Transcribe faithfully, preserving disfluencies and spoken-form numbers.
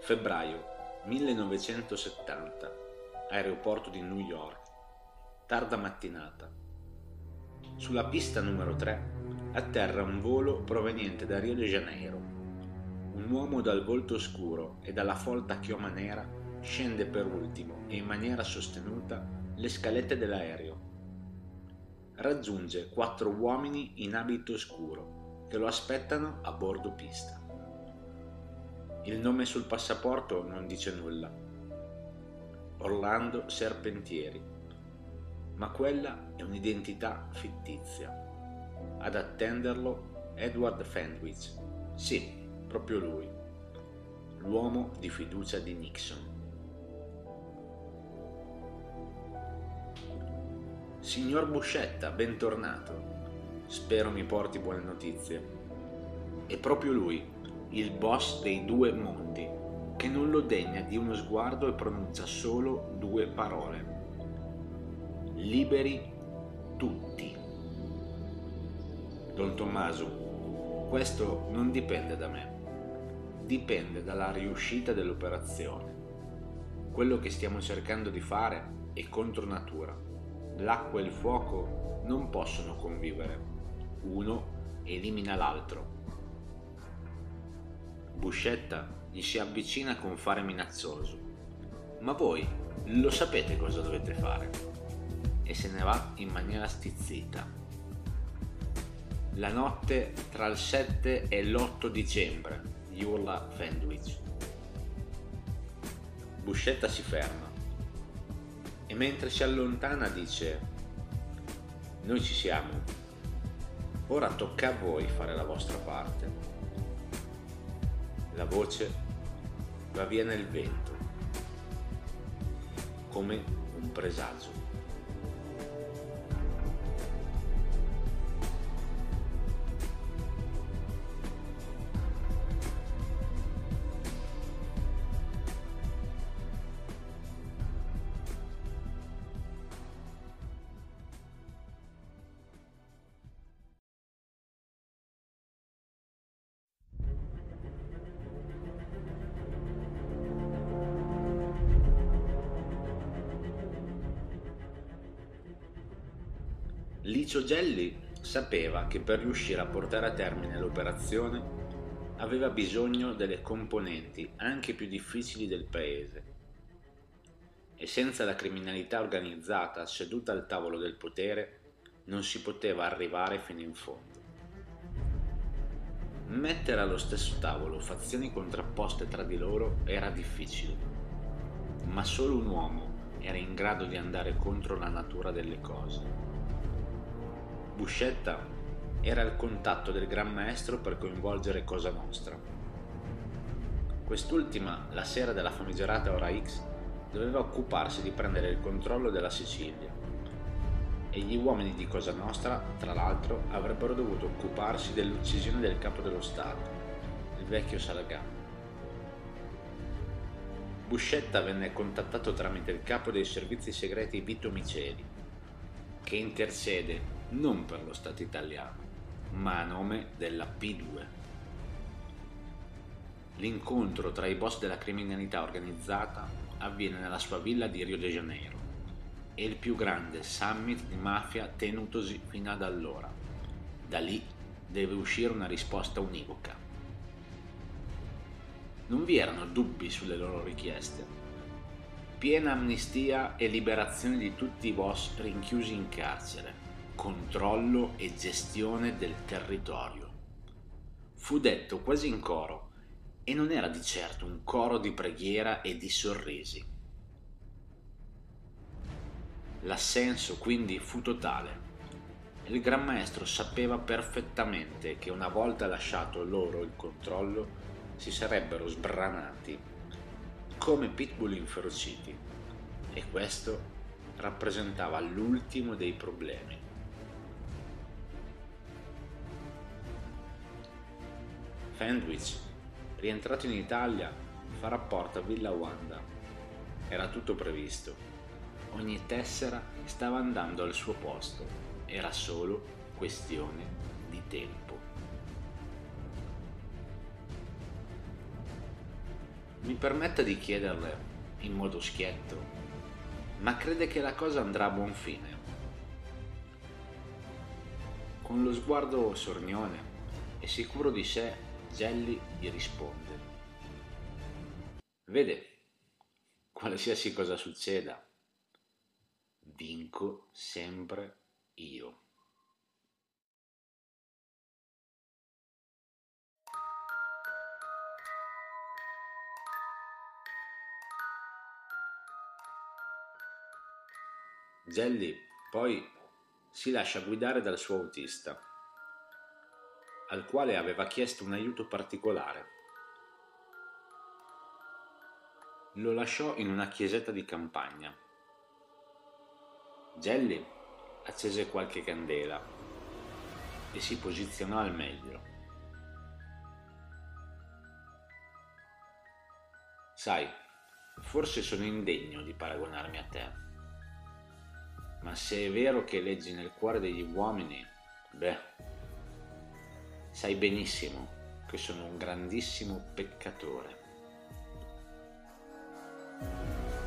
Febbraio millenovecentosettanta, aeroporto di New York, tarda mattinata. Sulla pista numero tre atterra un volo proveniente da Rio de Janeiro. Un uomo dal volto scuro e dalla folta chioma nera scende per ultimo e in maniera sostenuta le scalette dell'aereo. Raggiunge quattro uomini in abito scuro che lo aspettano a bordo pista. Il nome sul passaporto non dice nulla. Orlando Serpentieri. Ma quella è un'identità fittizia. Ad attenderlo Edward Sandwich. Sì, proprio lui. L'uomo di fiducia di Nixon. Signor Buscetta, bentornato. Spero mi porti buone notizie. È proprio lui, il boss dei due mondi, che non lo degna di uno sguardo e pronuncia solo due parole. Liberi tutti. Don Tommaso, questo non dipende da me, dipende dalla riuscita dell'operazione. Quello che stiamo cercando di fare è contro natura. L'acqua e il fuoco non possono convivere. Uno elimina l'altro. Buscetta gli si avvicina con fare minazzoso. Ma voi lo sapete cosa dovete fare? E se ne va in maniera stizzita. La notte tra il sette e l'otto dicembre, gli urla Sandwich. Buscetta si ferma e mentre si allontana dice: noi ci siamo, ora tocca a voi fare la vostra parte. La voce va via nel vento, come un presagio. Licio Gelli sapeva che per riuscire a portare a termine l'operazione aveva bisogno delle componenti anche più difficili del paese e senza la criminalità organizzata seduta al tavolo del potere non si poteva arrivare fino in fondo. Mettere allo stesso tavolo fazioni contrapposte tra di loro era difficile, ma solo un uomo era in grado di andare contro la natura delle cose. Buscetta era il contatto del Gran Maestro per coinvolgere Cosa Nostra. Quest'ultima, la sera della famigerata ora X, doveva occuparsi di prendere il controllo della Sicilia e gli uomini di Cosa Nostra, tra l'altro, avrebbero dovuto occuparsi dell'uccisione del capo dello Stato, il vecchio Salagà. Buscetta venne contattato tramite il capo dei servizi segreti Vito Miceli, che intercede non per lo Stato italiano, ma a nome della P due. L'incontro tra i boss della criminalità organizzata avviene nella sua villa di Rio de Janeiro. È il più grande summit di mafia tenutosi fino ad allora. Da lì deve uscire una risposta univoca. Non vi erano dubbi sulle loro richieste. Piena amnistia e liberazione di tutti i boss rinchiusi in carcere. Controllo e gestione del territorio. Fu detto quasi in coro, e non era di certo un coro di preghiera e di sorrisi. L'assenso quindi fu totale. Il Gran Maestro sapeva perfettamente che una volta lasciato loro il controllo si sarebbero sbranati come pitbull inferociti, e questo rappresentava l'ultimo dei problemi. Sandwich, rientrato in Italia, fa rapporto a Villa Wanda. Era tutto previsto. Ogni tessera stava andando al suo posto. Era solo questione di tempo. Mi permetta di chiederle, in modo schietto, ma crede che la cosa andrà a buon fine? Con lo sguardo sornione e sicuro di sé, Gelli gli risponde: Vede, qualsiasi cosa succeda, vinco sempre io. Gelli poi si lascia guidare dal suo autista, al quale aveva chiesto un aiuto particolare. Lo lasciò in una chiesetta di campagna. Gelli accese qualche candela e si posizionò al meglio. Sai, forse sono indegno di paragonarmi a te, ma se è vero che leggi nel cuore degli uomini, beh, sai benissimo che sono un grandissimo peccatore.